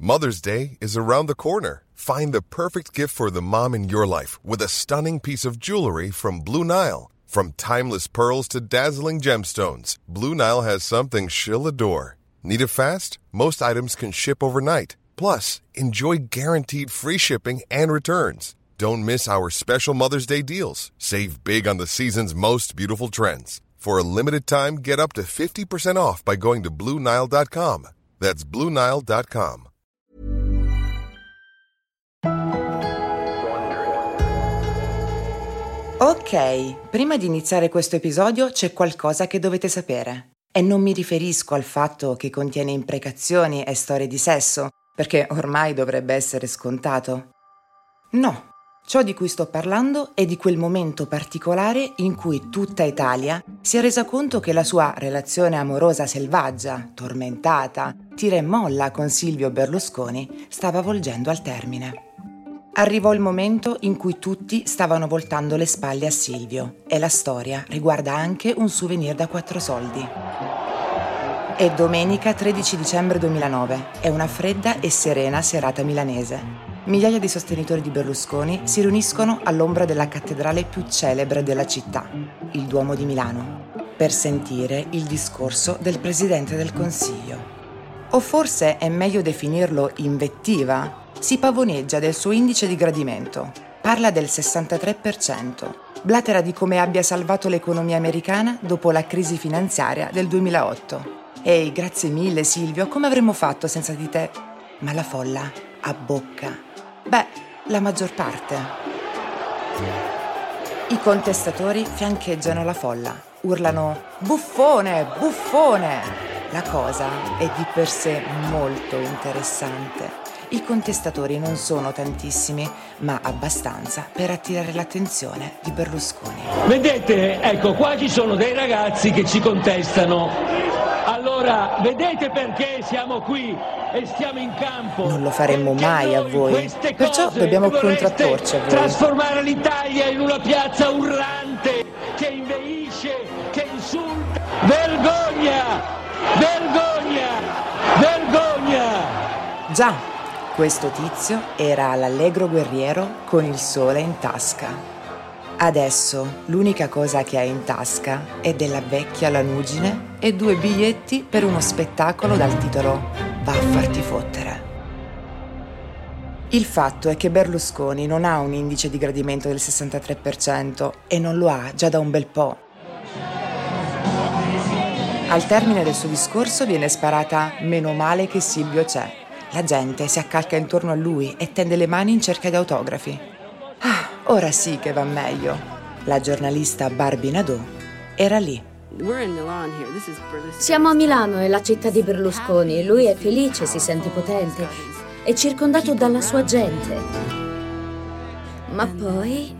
Mother's Day is around the corner. Find the perfect gift for the mom in your life with a stunning piece of jewelry from Blue Nile. From timeless pearls to dazzling gemstones, Blue Nile has something she'll adore. Need it fast? Most items can ship overnight. Plus, enjoy guaranteed free shipping and returns. Don't miss our special Mother's Day deals. Save big on the season's most beautiful trends. For a limited time, get up to 50% off by going to BlueNile.com. That's BlueNile.com. Ok, prima di iniziare questo episodio c'è qualcosa che dovete sapere. E non mi riferisco al fatto che contiene imprecazioni e storie di sesso, perché ormai dovrebbe essere scontato. No, ciò di cui sto parlando è di quel momento particolare in cui tutta Italia si è resa conto che la sua relazione amorosa selvaggia, tormentata, tira e molla con Silvio Berlusconi stava volgendo al termine. Arrivò il momento in cui tutti stavano voltando le spalle a Silvio e la storia riguarda anche un souvenir da 4 soldi. È domenica 13 dicembre 2009, è una fredda e serena serata milanese. Migliaia di sostenitori di Berlusconi si riuniscono all'ombra della cattedrale più celebre della città, il Duomo di Milano, per sentire il discorso del Presidente del Consiglio. O forse è meglio definirlo invettiva. Si pavoneggia del suo indice di gradimento. Parla del 63%. Blatera di come abbia salvato l'economia americana dopo la crisi finanziaria del 2008. Ehi, grazie mille Silvio, come avremmo fatto senza di te? Ma la folla abbocca. Beh, la maggior parte. I contestatori fiancheggiano la folla. Urlano «Buffone! Buffone!». La cosa è di per sé molto interessante. I contestatori non sono tantissimi, ma abbastanza per attirare l'attenzione di Berlusconi. Vedete, ecco, qua ci sono dei ragazzi che ci contestano. Allora, vedete perché siamo qui e stiamo in campo? Non lo faremmo mai a voi, perciò dobbiamo contrapporci a voi. Trasformare l'Italia in una piazza urlante che inveisce, che insulta. Vergogna! Vergogna! Vergogna! Già. Questo tizio era all'Allegro Guerriero con il sole in tasca. Adesso l'unica cosa che ha in tasca è della vecchia lanugine e 2 biglietti per uno spettacolo dal titolo Va a farti fottere. Il fatto è che Berlusconi non ha un indice di gradimento del 63% e non lo ha già da un bel po'. Al termine del suo discorso viene sparata «Meno male che Silvio c'è». La gente si accalca intorno a lui e tende le mani in cerca di autografi. Ah, ora sì che va meglio. La giornalista Barbie Nadeau era lì. Siamo a Milano, è la città di Berlusconi. Lui è felice, si sente potente. È circondato dalla sua gente. Ma poi...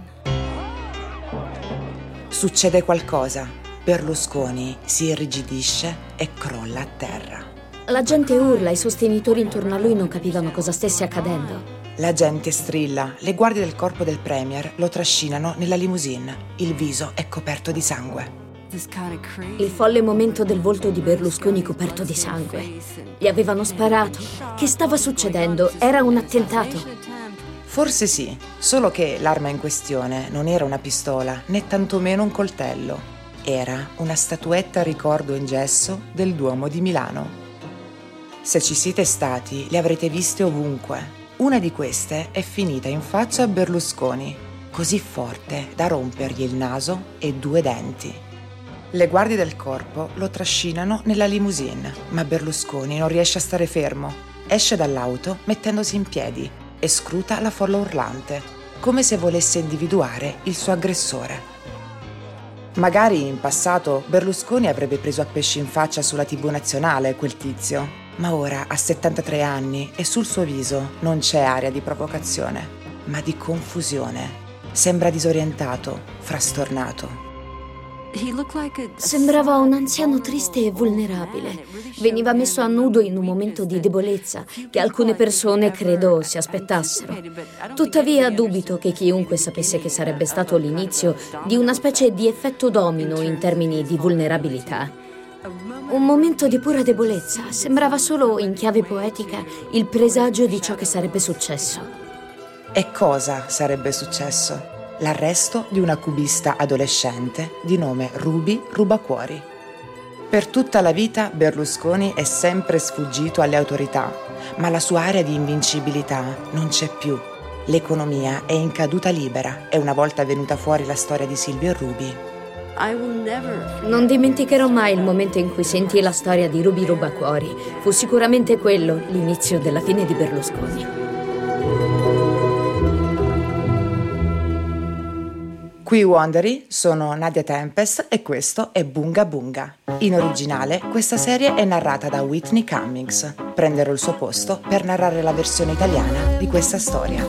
succede qualcosa. Berlusconi si irrigidisce e crolla a terra. La gente urla, i sostenitori intorno a lui non capivano cosa stesse accadendo. La gente strilla, le guardie del corpo del premier lo trascinano nella limousine. Il viso è coperto di sangue. Il folle momento del volto di Berlusconi coperto di sangue. Gli avevano sparato. Che stava succedendo? Era un attentato. Forse sì, solo che l'arma in questione non era una pistola, né tantomeno un coltello. Era una statuetta a ricordo in gesso del Duomo di Milano. Se ci siete stati, le avrete viste ovunque. Una di queste è finita in faccia a Berlusconi, così forte da rompergli il naso e 2 denti. Le guardie del corpo lo trascinano nella limousine, ma Berlusconi non riesce a stare fermo. Esce dall'auto mettendosi in piedi e scruta la folla urlante, come se volesse individuare il suo aggressore. Magari in passato Berlusconi avrebbe preso a pesci in faccia sulla TV nazionale quel tizio, ma ora ha 73 anni e sul suo viso non c'è aria di provocazione, ma di confusione. Sembra disorientato, frastornato. Sembrava un anziano triste e vulnerabile. Veniva messo a nudo in un momento di debolezza che alcune persone credo si aspettassero. Tuttavia dubito che chiunque sapesse che sarebbe stato l'inizio di una specie di effetto domino in termini di vulnerabilità. Un momento di pura debolezza, sembrava solo, in chiave poetica, il presagio di ciò che sarebbe successo. E cosa sarebbe successo? L'arresto di una cubista adolescente di nome Ruby Rubacuori. Per tutta la vita Berlusconi è sempre sfuggito alle autorità, ma la sua area di invincibilità non c'è più. L'economia è in caduta libera e una volta venuta fuori la storia di Silvio e Ruby. Non dimenticherò mai il momento in cui sentii la storia di Ruby Rubacuori. Fu sicuramente quello l'inizio della fine di Berlusconi. Qui Wondery, sono Nadia Tempest e questo è Bunga Bunga. In originale, questa serie è narrata da Whitney Cummings. Prenderò il suo posto per narrare la versione italiana di questa storia.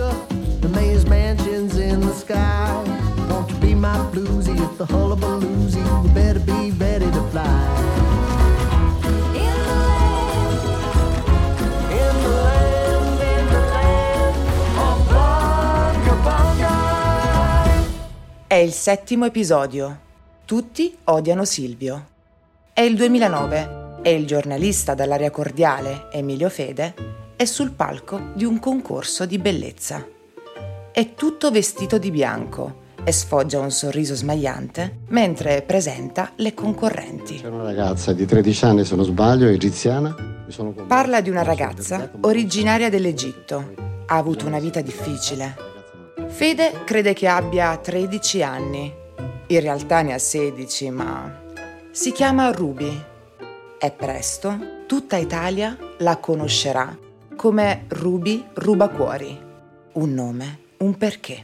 È il 7° episodio. Tutti odiano Silvio. È il 2009 e il giornalista dall'aria cordiale, Emilio Fede, è sul palco di un concorso di bellezza. È tutto vestito di bianco e sfoggia un sorriso smagliante mentre presenta le concorrenti. C'è una ragazza di 13 anni, se non sbaglio, egiziana. Parla di una ragazza originaria dell'Egitto. Ha avuto una vita difficile. Fede crede che abbia 13 anni. In realtà ne ha 16, ma si chiama Ruby. E presto tutta Italia la conoscerà come Ruby Rubacuori. Un nome, un perché.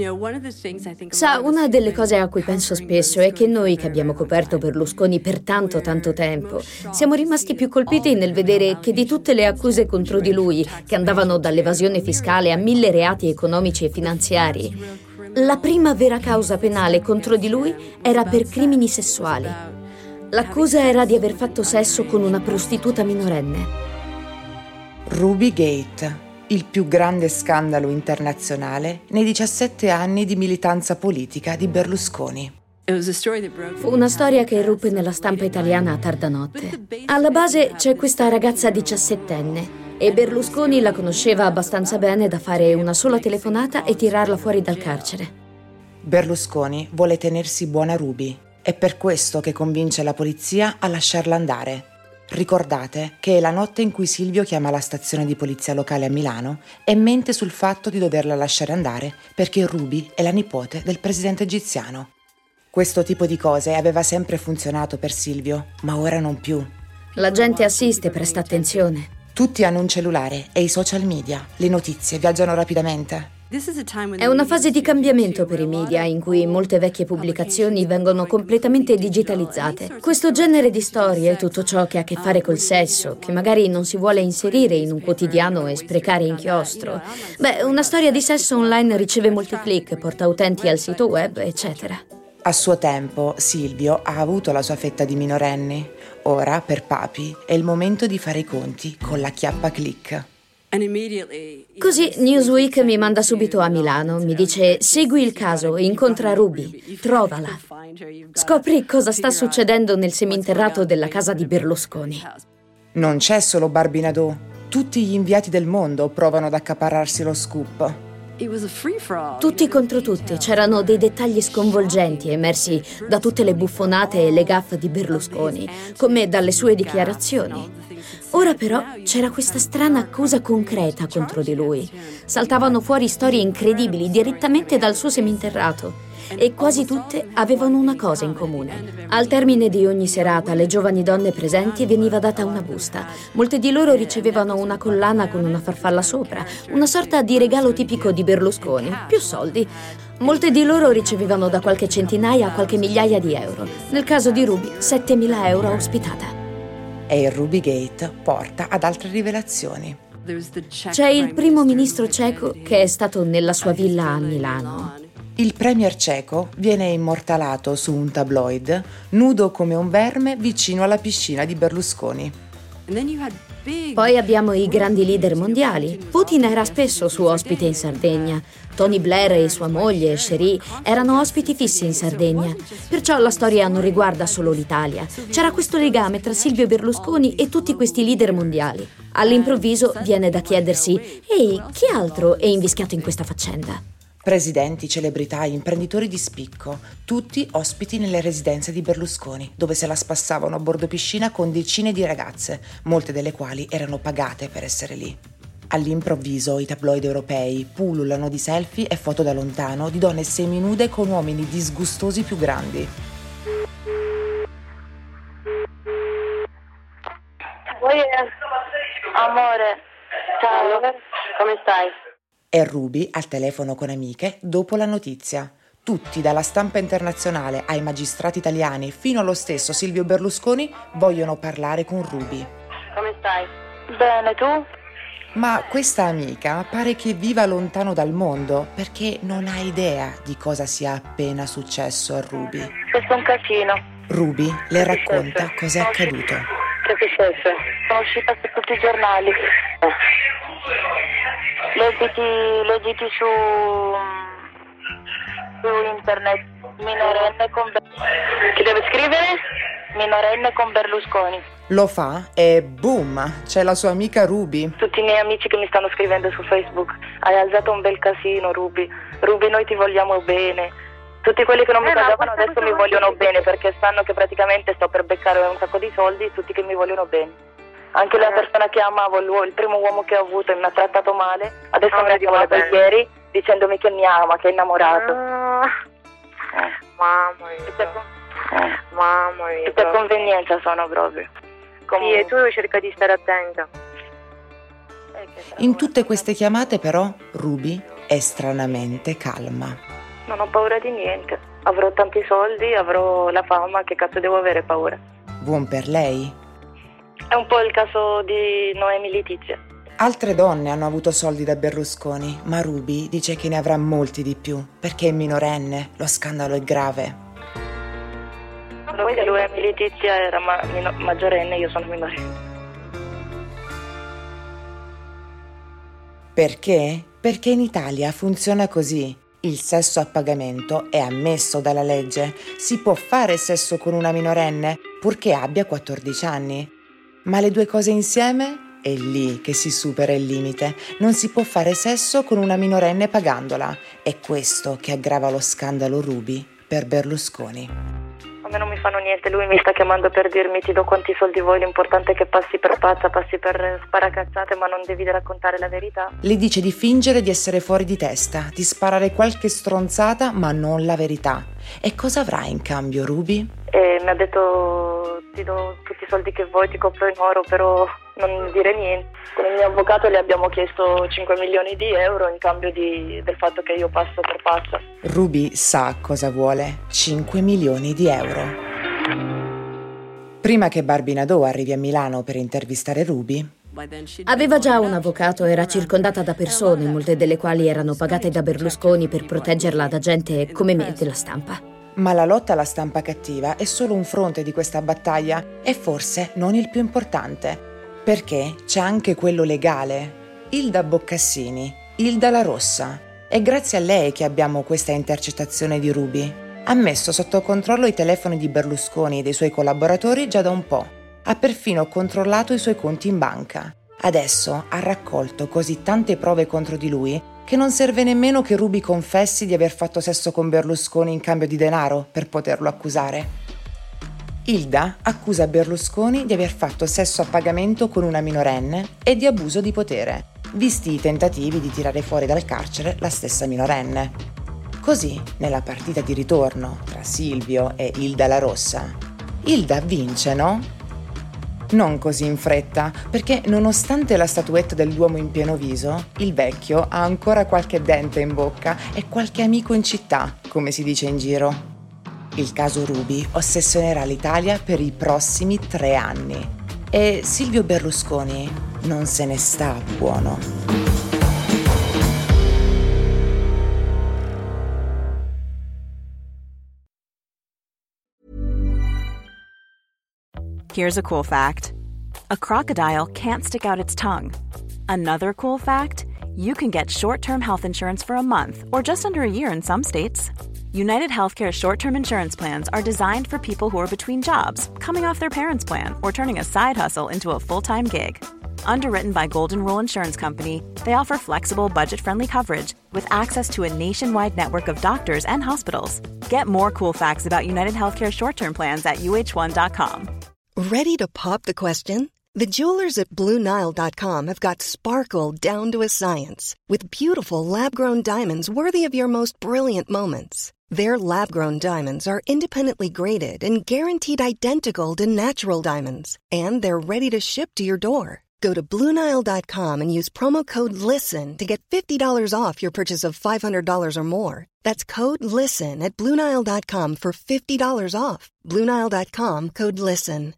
Sa, una delle cose a cui penso spesso è che noi che abbiamo coperto Berlusconi per tanto tempo siamo rimasti più colpiti nel vedere che di tutte le accuse contro di lui, che andavano dall'evasione fiscale a 1000 reati economici e finanziari, la prima vera causa penale contro di lui era per crimini sessuali. L'accusa era di aver fatto sesso con una prostituta minorenne. Rubygate, il più grande scandalo internazionale nei 17 anni di militanza politica di Berlusconi. Fu una storia che irruppe nella stampa italiana a tarda notte. Alla base c'è questa ragazza 17enne e Berlusconi la conosceva abbastanza bene da fare una sola telefonata e tirarla fuori dal carcere. Berlusconi vuole tenersi buona Ruby. È per questo che convince la polizia a lasciarla andare. Ricordate che è la notte in cui Silvio chiama la stazione di polizia locale a Milano e mente sul fatto di doverla lasciare andare perché Ruby è la nipote del presidente egiziano. Questo tipo di cose aveva sempre funzionato per Silvio, ma ora non più. La gente assiste, presta attenzione. Tutti hanno un cellulare e i social media. Le notizie viaggiano rapidamente. È una fase di cambiamento per i media in cui molte vecchie pubblicazioni vengono completamente digitalizzate. Questo genere di storie, tutto ciò che ha a che fare col sesso, che magari non si vuole inserire in un quotidiano e sprecare inchiostro. Una storia di sesso online riceve molti click, porta utenti al sito web, eccetera. A suo tempo Silvio ha avuto la sua fetta di minorenni. Ora, per Papi, è il momento di fare i conti con la chiappa click. Così Newsweek mi manda subito a Milano, mi dice: segui il caso, incontra Ruby, trovala. Scopri cosa sta succedendo nel seminterrato della casa di Berlusconi. Non c'è solo Barbinadò, tutti gli inviati del mondo provano ad accaparrarsi lo scoop. Tutti contro tutti, c'erano dei dettagli sconvolgenti emersi da tutte le buffonate e le gaffe di Berlusconi, come dalle sue dichiarazioni. Ora però c'era questa strana accusa concreta contro di lui. Saltavano fuori storie incredibili direttamente dal suo seminterrato e quasi tutte avevano una cosa in comune. Al termine di ogni serata alle giovani donne presenti veniva data una busta. Molte di loro ricevevano una collana con una farfalla sopra, una sorta di regalo tipico di Berlusconi, più soldi. Molte di loro ricevevano da qualche centinaia a qualche migliaia di euro. Nel caso di Ruby, 7.000 euro a ospitata. E il Rubygate porta ad altre rivelazioni. C'è il primo ministro ceco che è stato nella sua villa a Milano. Il premier ceco viene immortalato su un tabloid nudo come un verme vicino alla piscina di Berlusconi. Poi abbiamo i grandi leader mondiali. Putin era spesso suo ospite in Sardegna. Tony Blair e sua moglie, Cherie, erano ospiti fissi in Sardegna. Perciò la storia non riguarda solo l'Italia. C'era questo legame tra Silvio Berlusconi e tutti questi leader mondiali. All'improvviso viene da chiedersi: ehi, chi altro è invischiato in questa faccenda? Presidenti, celebrità, imprenditori di spicco, tutti ospiti nelle residenze di Berlusconi, dove se la spassavano a bordo piscina con decine di ragazze, molte delle quali erano pagate per essere lì. All'improvviso i tabloid europei pullulano di selfie e foto da lontano di donne seminude con uomini disgustosi più grandi. Amore, ciao, come stai? È Ruby al telefono con amiche dopo la notizia. Tutti, dalla stampa internazionale ai magistrati italiani fino allo stesso Silvio Berlusconi, vogliono parlare con Ruby. Come stai? Bene, tu? Ma questa amica pare che viva lontano dal mondo perché non ha idea di cosa sia appena successo a Ruby. Questo è un casino. Ruby le racconta cos'è accaduto. Che è successo? Sono uscita su tutti i giornali. Leggiti su internet. Minorenne con chi deve scrivere? Minorenne con Berlusconi. Lo fa e boom, c'è la sua amica Ruby. Tutti i miei amici che mi stanno scrivendo su Facebook: hai alzato un bel casino, Ruby. Ruby, noi ti vogliamo bene. Tutti quelli che non mi pagavano adesso mi vogliono bene, perché sanno che praticamente sto per beccare un sacco di soldi, tutti che mi vogliono bene. Anche la persona che amavo, il primo uomo che ho avuto e mi ha trattato male, adesso mi ha chiamato ieri dicendomi che mi ama, che è innamorato. Mamma mia. Mamma mia. Tutta convenienza sono proprio. Sì, e tu cerca di stare attenta. In tutte queste chiamate però Ruby è stranamente calma. Non ho paura di niente. Avrò tanti soldi, avrò la fama, che cazzo devo avere paura? Buon per lei. È un po' il caso di Noemi Letizia. Altre donne hanno avuto soldi da Berlusconi, ma Ruby dice che ne avrà molti di più, perché è minorenne, lo scandalo è grave. Noemi Letizia era maggiorenne, io sono minorenne. Perché? Perché in Italia funziona così. Il sesso a pagamento è ammesso dalla legge. Si può fare sesso con una minorenne, purché abbia 14 anni. Ma le due cose insieme? È lì che si supera il limite. Non si può fare sesso con una minorenne pagandola. È questo che aggrava lo scandalo Ruby per Berlusconi. A me non mi fanno niente, lui mi sta chiamando per dirmi: ti do quanti soldi vuoi, l'importante è che passi per pazza, passi per sparacazzate, ma non devi raccontare la verità. Le dice di fingere di essere fuori di testa, di sparare qualche stronzata, ma non la verità. E cosa avrà in cambio Ruby? E mi ha detto: ti do tutti i soldi che vuoi, ti compro in oro, però non dire niente. Con il mio avvocato le abbiamo chiesto 5 milioni di euro in cambio del fatto che io passo per pazza. Ruby sa cosa vuole: 5 milioni di euro. Prima che Barbie Nadeau arrivi a Milano per intervistare Ruby, aveva già un avvocato, era circondata da persone, molte delle quali erano pagate da Berlusconi per proteggerla da gente come me della stampa. Ma la lotta alla stampa cattiva è solo un fronte di questa battaglia e forse non il più importante, perché c'è anche quello legale. Ilda Boccassini, Ilda la Rossa. È grazie a lei che abbiamo questa intercettazione di Ruby. Ha messo sotto controllo i telefoni di Berlusconi e dei suoi collaboratori già da un po'. Ha perfino controllato i suoi conti in banca. Adesso ha raccolto così tante prove contro di lui che non serve nemmeno che Ruby confessi di aver fatto sesso con Berlusconi in cambio di denaro per poterlo accusare. Ilda accusa Berlusconi di aver fatto sesso a pagamento con una minorenne e di abuso di potere, visti i tentativi di tirare fuori dal carcere la stessa minorenne. Così, nella partita di ritorno tra Silvio e Ilda la Rossa, Ilda vince, no? Non così in fretta, perché nonostante la statuetta del Duomo in pieno viso, il vecchio ha ancora qualche dente in bocca e qualche amico in città, come si dice in giro. Il caso Ruby ossessionerà l'Italia per i prossimi 3 anni. E Silvio Berlusconi non se ne sta buono. Here's a cool fact. a crocodile can't stick out its tongue. Another cool fact, you can get short-term health insurance for a month or just under a year in some states. United Healthcare short-term insurance plans are designed for people who are between jobs, coming off their parents' plan, or turning a side hustle into a full-time gig. Underwritten by Golden Rule Insurance Company, they offer flexible, budget-friendly coverage with access to a nationwide network of doctors and hospitals. Get more cool facts about United Healthcare short-term plans at uh1.com. Ready to pop the question? The jewelers at BlueNile.com have got sparkle down to a science with beautiful lab-grown diamonds worthy of your most brilliant moments. Their lab-grown diamonds are independently graded and guaranteed identical to natural diamonds, and they're ready to ship to your door. Go to BlueNile.com and use promo code LISTEN to get $50 off your purchase of $500 or more. That's code LISTEN at BlueNile.com for $50 off. BlueNile.com, code LISTEN.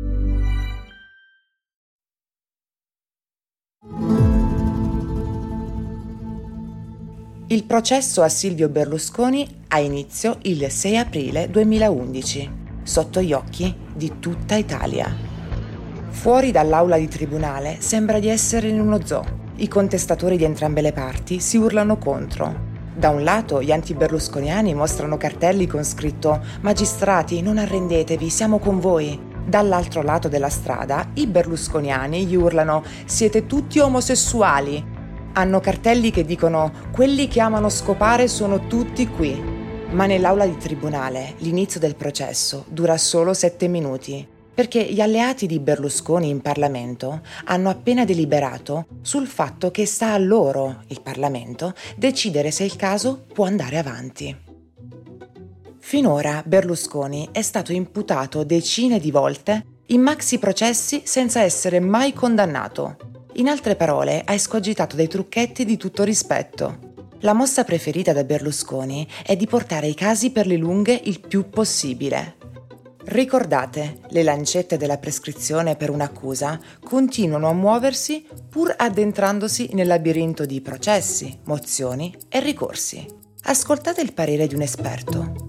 Il processo a Silvio Berlusconi ha inizio il 6 aprile 2011, sotto gli occhi di tutta Italia. Fuori dall'aula di tribunale sembra di essere in uno zoo. I contestatori di entrambe le parti si urlano contro. Da un lato gli anti-berlusconiani mostrano cartelli con scritto «Magistrati, non arrendetevi, siamo con voi». Dall'altro lato della strada i berlusconiani gli urlano «Siete tutti omosessuali». Hanno cartelli che dicono «Quelli che amano scopare sono tutti qui». Ma nell'aula di tribunale l'inizio del processo dura solo 7 minuti. Perché gli alleati di Berlusconi in Parlamento hanno appena deliberato sul fatto che sta a loro, il Parlamento, decidere se il caso può andare avanti. Finora Berlusconi è stato imputato decine di volte in maxi processi senza essere mai condannato. In altre parole, ha escogitato dei trucchetti di tutto rispetto. La mossa preferita da Berlusconi è di portare i casi per le lunghe il più possibile. Ricordate, le lancette della prescrizione per un'accusa continuano a muoversi pur addentrandosi nel labirinto di processi, mozioni e ricorsi. Ascoltate il parere di un esperto.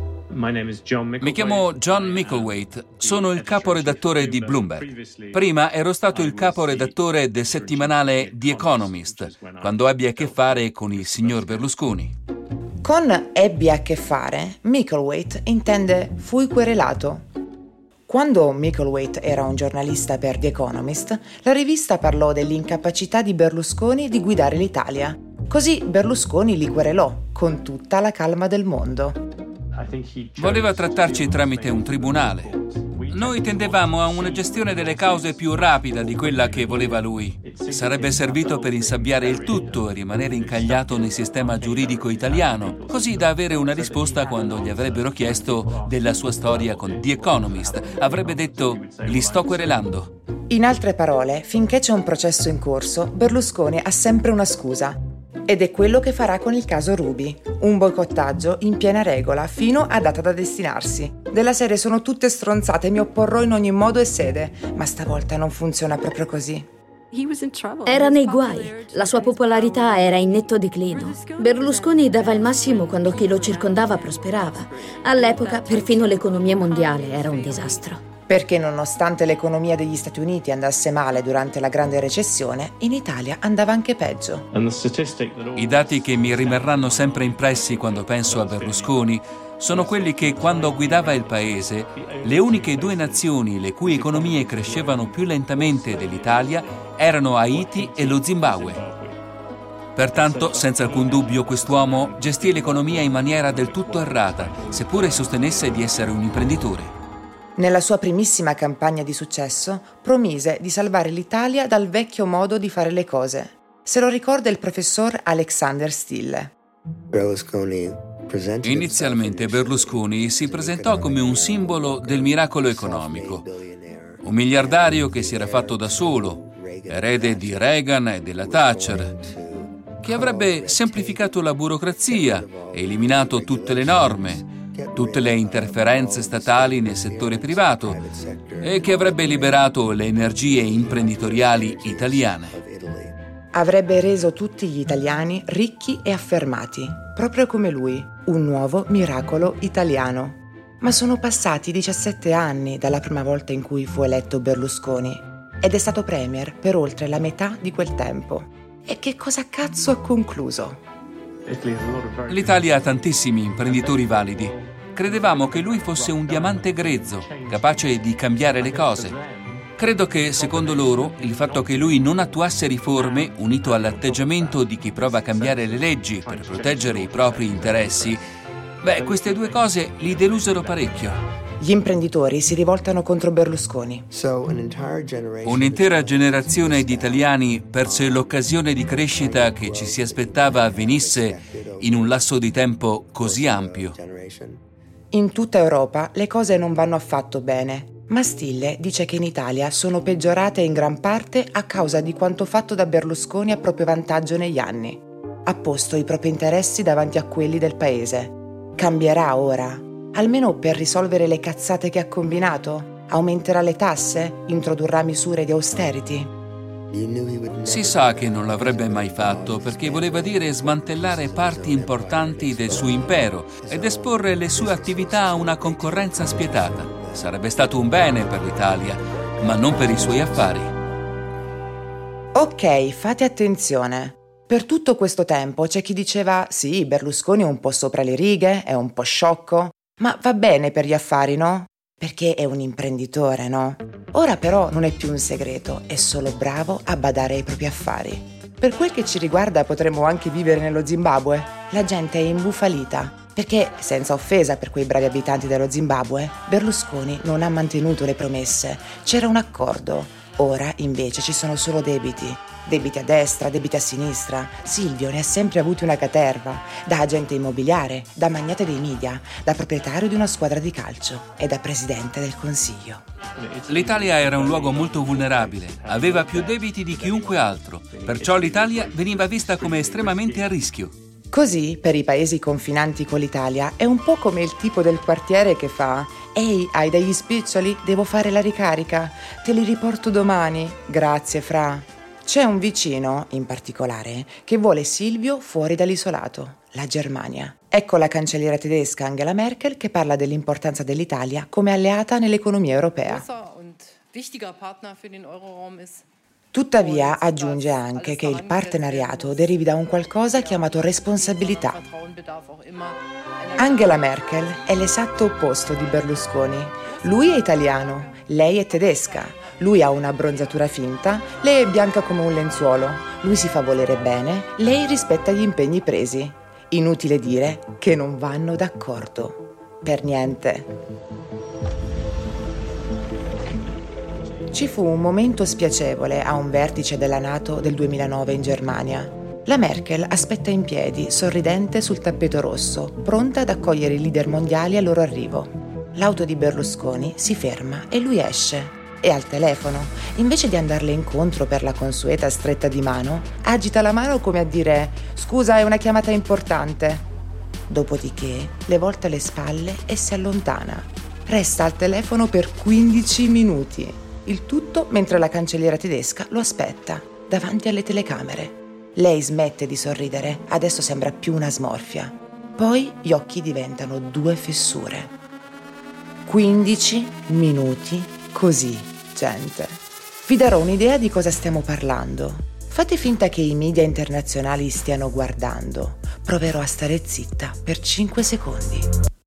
Mi chiamo John Micklethwait, sono il caporedattore di Bloomberg. Prima ero stato il caporedattore del settimanale The Economist, quando ebbi a che fare con il signor Berlusconi. Con ebbi a che fare, Micklethwait intende fui querelato. Quando Micklethwait era un giornalista per The Economist, la rivista parlò dell'incapacità di Berlusconi di guidare l'Italia. Così Berlusconi li querelò, con tutta la calma del mondo. Voleva trattarci tramite un tribunale. Noi tendevamo a una gestione delle cause più rapida di quella che voleva lui. Sarebbe servito per insabbiare il tutto e rimanere incagliato nel sistema giuridico italiano, così da avere una risposta quando gli avrebbero chiesto della sua storia con The Economist. Avrebbe detto: li sto querelando. In altre parole, finché c'è un processo in corso, Berlusconi ha sempre una scusa. Ed è quello che farà con il caso Ruby, un boicottaggio in piena regola fino a data da destinarsi. Della serie sono tutte stronzate, mi opporrò in ogni modo e sede, ma stavolta non funziona proprio così. Era nei guai, la sua popolarità era in netto declino. Berlusconi dava il massimo quando chi lo circondava prosperava. All'epoca perfino l'economia mondiale era un disastro. Perché nonostante l'economia degli Stati Uniti andasse male durante la grande recessione, in Italia andava anche peggio. I dati che mi rimarranno sempre impressi quando penso a Berlusconi sono quelli che, quando guidava il paese, le uniche 2 nazioni le cui economie crescevano più lentamente dell'Italia erano Haiti e lo Zimbabwe. Pertanto, senza alcun dubbio, quest'uomo gestì l'economia in maniera del tutto errata, seppure sostenesse di essere un imprenditore. Nella sua primissima campagna di successo, promise di salvare l'Italia dal vecchio modo di fare le cose. Se lo ricorda il professor Alexander Stille. Inizialmente Berlusconi si presentò come un simbolo del miracolo economico. Un miliardario che si era fatto da solo, erede di Reagan e della Thatcher, che avrebbe semplificato la burocrazia e eliminato tutte le norme, tutte le interferenze statali nel settore privato e che avrebbe liberato le energie imprenditoriali italiane. Avrebbe reso tutti gli italiani ricchi e affermati, proprio come lui, un nuovo miracolo italiano. Ma sono passati 17 anni dalla prima volta in cui fu eletto Berlusconi. ed è stato premier per oltre la metà di quel tempo. E che cosa cazzo ha concluso? L'Italia ha tantissimi imprenditori validi. Credevamo che lui fosse un diamante grezzo, capace di cambiare le cose. Credo che, secondo loro, il fatto che lui non attuasse riforme, unito all'atteggiamento di chi prova a cambiare le leggi per proteggere i propri interessi, queste due cose li delusero parecchio. Gli imprenditori si rivoltano contro Berlusconi. Un'intera generazione di italiani perse l'occasione di crescita che ci si aspettava avvenisse in un lasso di tempo così ampio. In tutta Europa le cose non vanno affatto bene, ma Stille dice che in Italia sono peggiorate in gran parte a causa di quanto fatto da Berlusconi a proprio vantaggio negli anni. Ha posto i propri interessi davanti a quelli del paese. Cambierà ora? Almeno per risolvere le cazzate che ha combinato? Aumenterà le tasse? Introdurrà misure di austerity? Si sa che non l'avrebbe mai fatto perché voleva dire smantellare parti importanti del suo impero ed esporre le sue attività a una concorrenza spietata. Sarebbe stato un bene per l'Italia, ma non per i suoi affari. Ok, fate attenzione. Per tutto questo tempo c'è chi diceva sì, Berlusconi è un po' sopra le righe, è un po' sciocco, ma va bene per gli affari, no? Perché è un imprenditore, no? Ora però non è più un segreto, è solo bravo a badare ai propri affari. Per quel che ci riguarda potremmo anche vivere nello Zimbabwe. La gente è imbufalita, perché, senza offesa per quei bravi abitanti dello Zimbabwe, Berlusconi non ha mantenuto le promesse. C'era un accordo. Ora, invece, ci sono solo debiti. Debiti a destra, debiti a sinistra. Silvio ne ha sempre avuti una caterva, da agente immobiliare, da magnate dei media, da proprietario di una squadra di calcio e da presidente del Consiglio. L'Italia era un luogo molto vulnerabile, aveva più debiti di chiunque altro, perciò l'Italia veniva vista come estremamente a rischio. Così, per i paesi confinanti con l'Italia, è un po' come il tipo del quartiere che fa «Ehi, hai degli spiccioli? Devo fare la ricarica. Te li riporto domani. Grazie, Fra». C'è un vicino, in particolare, che vuole Silvio fuori dall'isolato, la Germania. Ecco la cancelliera tedesca Angela Merkel che parla dell'importanza dell'Italia come alleata nell'economia europea. Tuttavia aggiunge anche che il partenariato derivi da un qualcosa chiamato responsabilità. Angela Merkel è l'esatto opposto di Berlusconi. Lui è italiano, lei è tedesca. Lui ha una abbronzatura finta, lei è bianca come un lenzuolo. Lui si fa volere bene, lei rispetta gli impegni presi. Inutile dire che non vanno d'accordo. Per niente. Ci fu un momento spiacevole a un vertice della NATO del 2009 in Germania. La Merkel aspetta in piedi, sorridente sul tappeto rosso, pronta ad accogliere i leader mondiali al loro arrivo. L'auto di Berlusconi si ferma e lui esce. E al telefono, invece di andarle incontro per la consueta stretta di mano, agita la mano come a dire «Scusa, è una chiamata importante». Dopodiché le volta le spalle e si allontana. Resta al telefono per 15 minuti. Il tutto mentre la cancelliera tedesca lo aspetta, davanti alle telecamere. Lei smette di sorridere, adesso sembra più una smorfia. Poi gli occhi diventano 2 fessure. 15 minuti così, gente. Vi darò un'idea di cosa stiamo parlando. Fate finta che i media internazionali stiano guardando. Proverò a stare zitta per 5 secondi.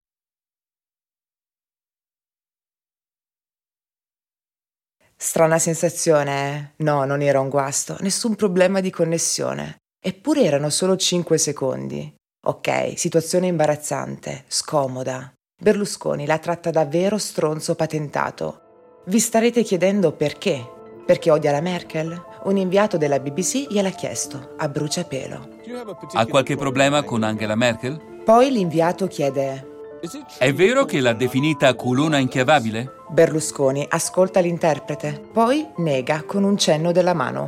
Strana sensazione, eh? No, non era un guasto, nessun problema di connessione. Eppure erano solo 5 secondi. Ok, situazione imbarazzante, scomoda. Berlusconi la tratta da vero stronzo patentato. Vi starete chiedendo perché? Perché odia la Merkel? Un inviato della BBC gliel'ha chiesto, a bruciapelo. Ha qualche problema con Angela Merkel? Poi l'inviato chiede: È vero che l'ha definita culona inchiavabile? Berlusconi ascolta l'interprete, poi nega con un cenno della mano.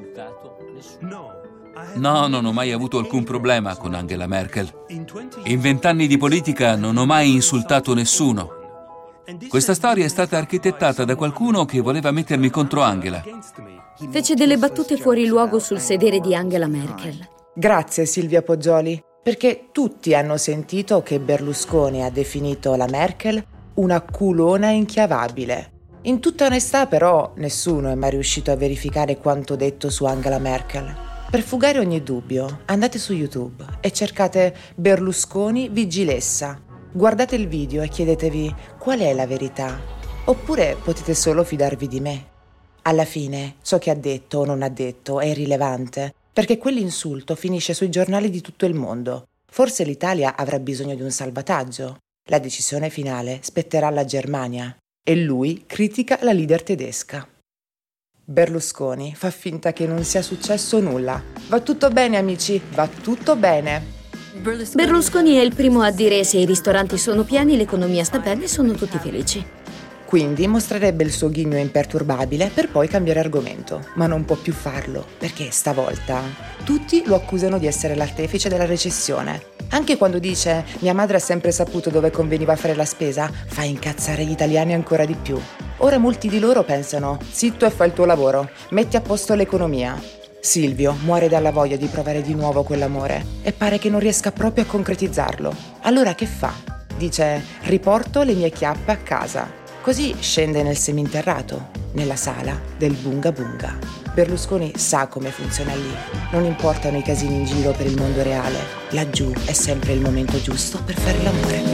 No, non ho mai avuto alcun problema con Angela Merkel. In 20 anni di politica non ho mai insultato nessuno. Questa storia è stata architettata da qualcuno che voleva mettermi contro Angela. Fece delle battute fuori luogo sul sedere di Angela Merkel. Grazie Silvia Poggioli, perché tutti hanno sentito che Berlusconi ha definito la Merkel una culona inchiavabile. In tutta onestà, però, nessuno è mai riuscito a verificare quanto detto su Angela Merkel. Per fugare ogni dubbio, andate su YouTube e cercate Berlusconi vigilessa. Guardate il video e chiedetevi qual è la verità. Oppure potete solo fidarvi di me. Alla fine, ciò che ha detto o non ha detto è irrilevante, perché quell'insulto finisce sui giornali di tutto il mondo. Forse l'Italia avrà bisogno di un salvataggio. La decisione finale spetterà alla Germania. E lui critica la leader tedesca. Berlusconi fa finta che non sia successo nulla. Va tutto bene, amici, va tutto bene. Berlusconi è il primo a dire: se i ristoranti sono pieni, l'economia sta bene e sono tutti felici. Quindi mostrerebbe il suo ghigno imperturbabile per poi cambiare argomento, ma non può più farlo, perché stavolta tutti lo accusano di essere l'artefice della recessione. Anche quando dice «mia madre ha sempre saputo dove conveniva fare la spesa», fa incazzare gli italiani ancora di più. Ora molti di loro pensano «zitto e fai il tuo lavoro, metti a posto l'economia». Silvio muore dalla voglia di provare di nuovo quell'amore e pare che non riesca proprio a concretizzarlo. Allora che fa? Dice «riporto le mie chiappe a casa». Così scende nel seminterrato, nella sala del Bunga Bunga. Berlusconi sa come funziona lì. Non importano i casini in giro per il mondo reale. Laggiù è sempre il momento giusto per fare l'amore.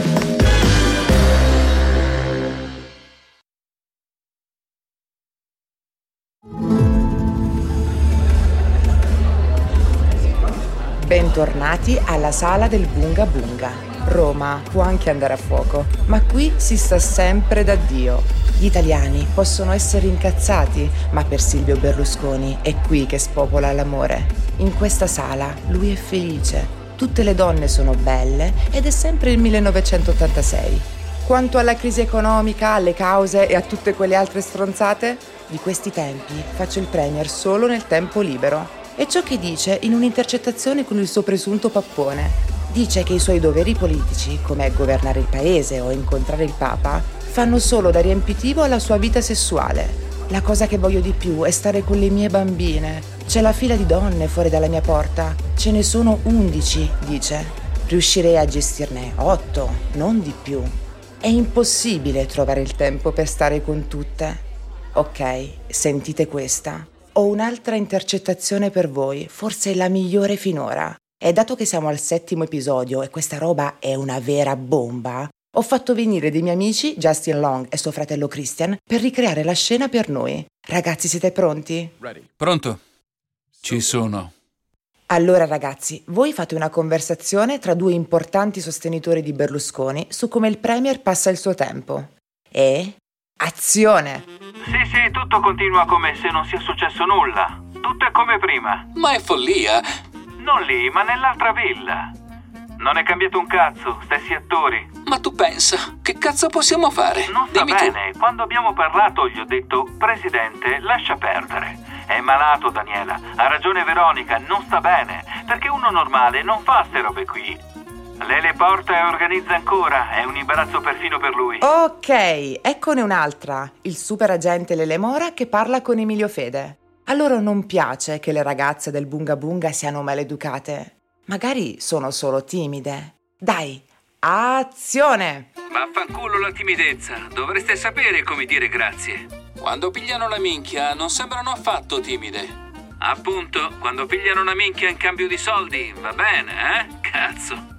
Bentornati alla sala del Bunga Bunga. Roma può anche andare a fuoco, ma qui si sta sempre da Dio. Gli italiani possono essere incazzati, ma per Silvio Berlusconi è qui che spopola l'amore. In questa sala lui è felice, tutte le donne sono belle ed è sempre il 1986. Quanto alla crisi economica, alle cause e a tutte quelle altre stronzate, di questi tempi faccio il premier solo nel tempo libero. È ciò che dice in un'intercettazione con il suo presunto pappone. Dice che i suoi doveri politici, come governare il paese o incontrare il Papa, fanno solo da riempitivo alla sua vita sessuale. La cosa che voglio di più è stare con le mie bambine. C'è la fila di donne fuori dalla mia porta. Ce ne sono 11, dice. Riuscirei a gestirne 8, non di più. È impossibile trovare il tempo per stare con tutte. Ok, sentite questa. Ho un'altra intercettazione per voi, forse la migliore finora. E dato che siamo al 7° episodio e questa roba è una vera bomba, ho fatto venire dei miei amici, Justin Long e suo fratello Christian, per ricreare la scena per noi. Ragazzi, siete pronti? Pronto? Ci sono. Allora ragazzi, voi fate una conversazione tra due importanti sostenitori di Berlusconi su come il premier passa il suo tempo. E... azione! Sì, tutto continua come se non sia successo nulla. Tutto è come prima. Ma è follia! Non lì, ma nell'altra villa. Non è cambiato un cazzo, stessi attori. Ma tu pensa, che cazzo possiamo fare? Non sta Dimmi bene. Quando abbiamo parlato gli ho detto: Presidente, lascia perdere. È malato Daniela, ha ragione Veronica, non sta bene. Perché uno normale non fa ste robe qui. Lei le porta e organizza ancora, è un imbarazzo perfino per lui. Ok, eccone un'altra. Il super agente Lele Mora che parla con Emilio Fede. A loro non piace che le ragazze del Bunga Bunga siano maleducate. Magari sono solo timide. Dai, azione! Vaffanculo la timidezza, dovreste sapere come dire grazie. Quando pigliano la minchia non sembrano affatto timide. Appunto, quando pigliano una minchia in cambio di soldi, va bene, Cazzo.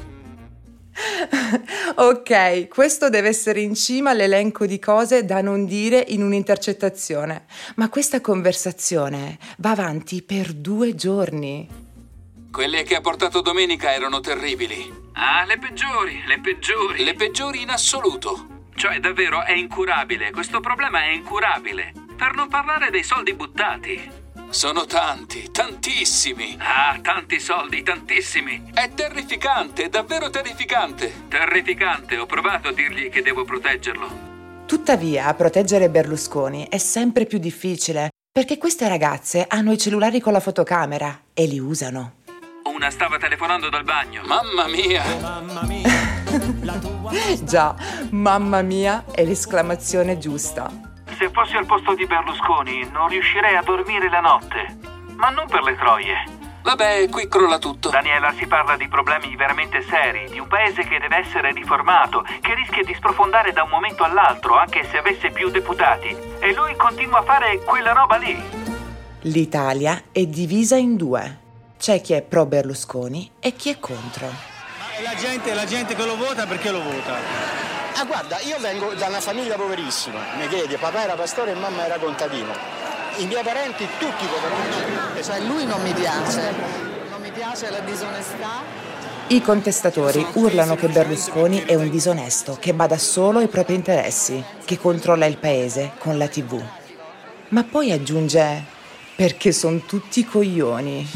Ok, questo deve essere in cima all'elenco di cose da non dire in un'intercettazione. Ma questa conversazione va avanti per 2 giorni. Quelle che ha portato domenica erano terribili. Ah, le peggiori. Le peggiori in assoluto. Cioè, davvero, è incurabile. Questo problema è incurabile. Per non parlare dei soldi buttati. Sono tanti, tantissimi. Ah, tanti soldi, tantissimi. È terrificante, davvero terrificante. Terrificante, ho provato a dirgli che devo proteggerlo. Tuttavia, proteggere Berlusconi è sempre più difficile, perché queste ragazze hanno i cellulari con la fotocamera e li usano. Una stava telefonando dal bagno. Mamma mia! Mamma mia! Già, mamma mia è l'esclamazione giusta. Se fossi al posto di Berlusconi non riuscirei a dormire la notte. Ma non per le troie. Vabbè, qui crolla tutto. Daniela, si parla di problemi veramente seri, di un paese che deve essere riformato, che rischia di sprofondare da un momento all'altro, anche se avesse più deputati. E lui continua a fare quella roba lì. L'Italia è divisa in due. C'è chi è pro Berlusconi e chi è contro. Ma la gente che lo vota, perché lo vota? Guarda, io vengo da una famiglia poverissima, mi chiedi, papà era pastore e mamma era contadino. I miei parenti tutti poveracci. Lui non mi piace la disonestà. I contestatori urlano che Berlusconi è un disonesto, che bada solo ai propri interessi, che controlla il paese con la TV. Ma poi aggiunge: perché sono tutti coglioni.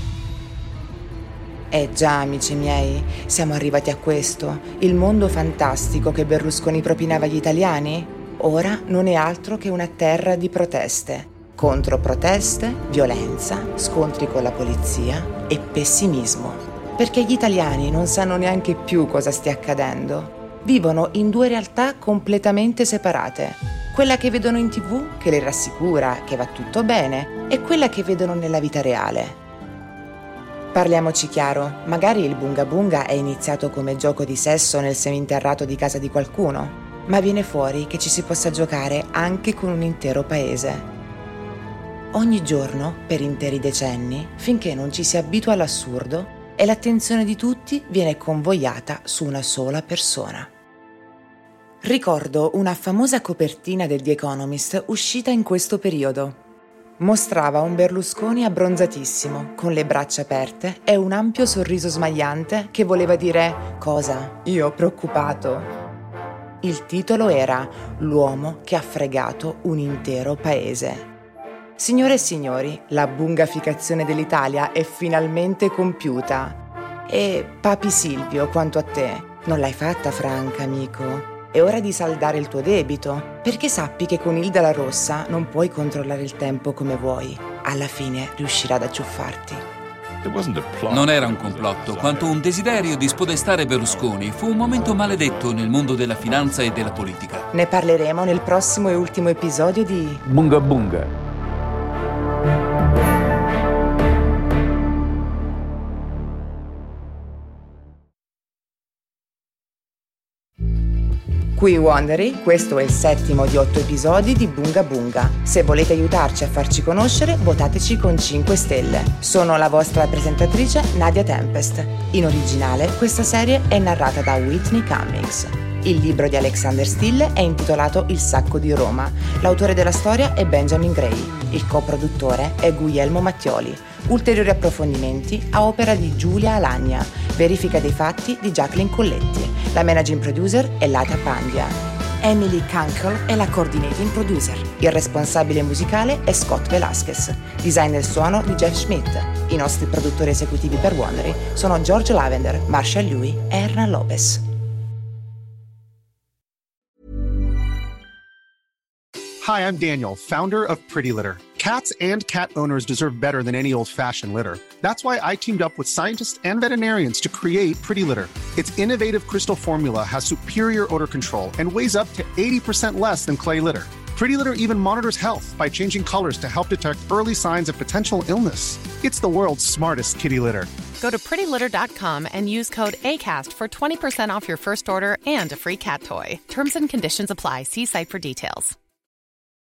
Già, amici miei, siamo arrivati a questo. Il mondo fantastico che Berlusconi propinava agli italiani ora non è altro che una terra di proteste. Controproteste, violenza, scontri con la polizia e pessimismo. Perché gli italiani non sanno neanche più cosa stia accadendo. Vivono in due realtà completamente separate. Quella che vedono in TV, che li rassicura che va tutto bene, e quella che vedono nella vita reale. Parliamoci chiaro, magari il bunga bunga è iniziato come gioco di sesso nel seminterrato di casa di qualcuno, ma viene fuori che ci si possa giocare anche con un intero paese. Ogni giorno, per interi decenni, finché non ci si abitua all'assurdo e l'attenzione di tutti viene convogliata su una sola persona. Ricordo una famosa copertina del The Economist uscita in questo periodo. Mostrava un Berlusconi abbronzatissimo, con le braccia aperte e un ampio sorriso smagliante che voleva dire: cosa? Io preoccupato. Il titolo era «L'uomo che ha fregato un intero paese». Signore e signori, la bungaficazione dell'Italia è finalmente compiuta. E papi Silvio, quanto a te, non l'hai fatta franca, amico. È ora di saldare il tuo debito, perché sappi che con Ilda la Rossa non puoi controllare il tempo come vuoi. Alla fine riuscirà ad acciuffarti. Non era un complotto, quanto un desiderio di spodestare Berlusconi. Fu un momento maledetto nel mondo della finanza e della politica. Ne parleremo nel prossimo e ultimo episodio di Bunga Bunga. Qui Wondery, questo è il 7° di 8 episodi di Bunga Bunga. Se volete aiutarci a farci conoscere, votateci con 5 stelle. Sono la vostra presentatrice Nadia Tempest. In originale, questa serie è narrata da Whitney Cummings. Il libro di Alexander Stille è intitolato Il sacco di Roma. L'autore della storia è Benjamin Gray. Il coproduttore è Guglielmo Mattioli. Ulteriori approfondimenti a opera di Giulia Alagna. Verifica dei fatti di Jacqueline Colletti. La managing producer è Lata Pandya. Emily Kunkel è la coordinating producer. Il responsabile musicale è Scott Velasquez. Design del suono di Jeff Schmidt. I nostri produttori esecutivi per Wondery sono George Lavender, Marshall Lui e Erna Lopez. Hi, I'm Daniel, founder of Pretty Litter. Cats and cat owners deserve better than any old-fashioned litter. That's why I teamed up with scientists and veterinarians to create Pretty Litter. Its innovative crystal formula has superior odor control and weighs up to 80% less than clay litter. Pretty Litter even monitors health by changing colors to help detect early signs of potential illness. It's the world's smartest kitty litter. Go to prettylitter.com and use code ACAST for 20% off your first order and a free cat toy. Terms and conditions apply. See site for details.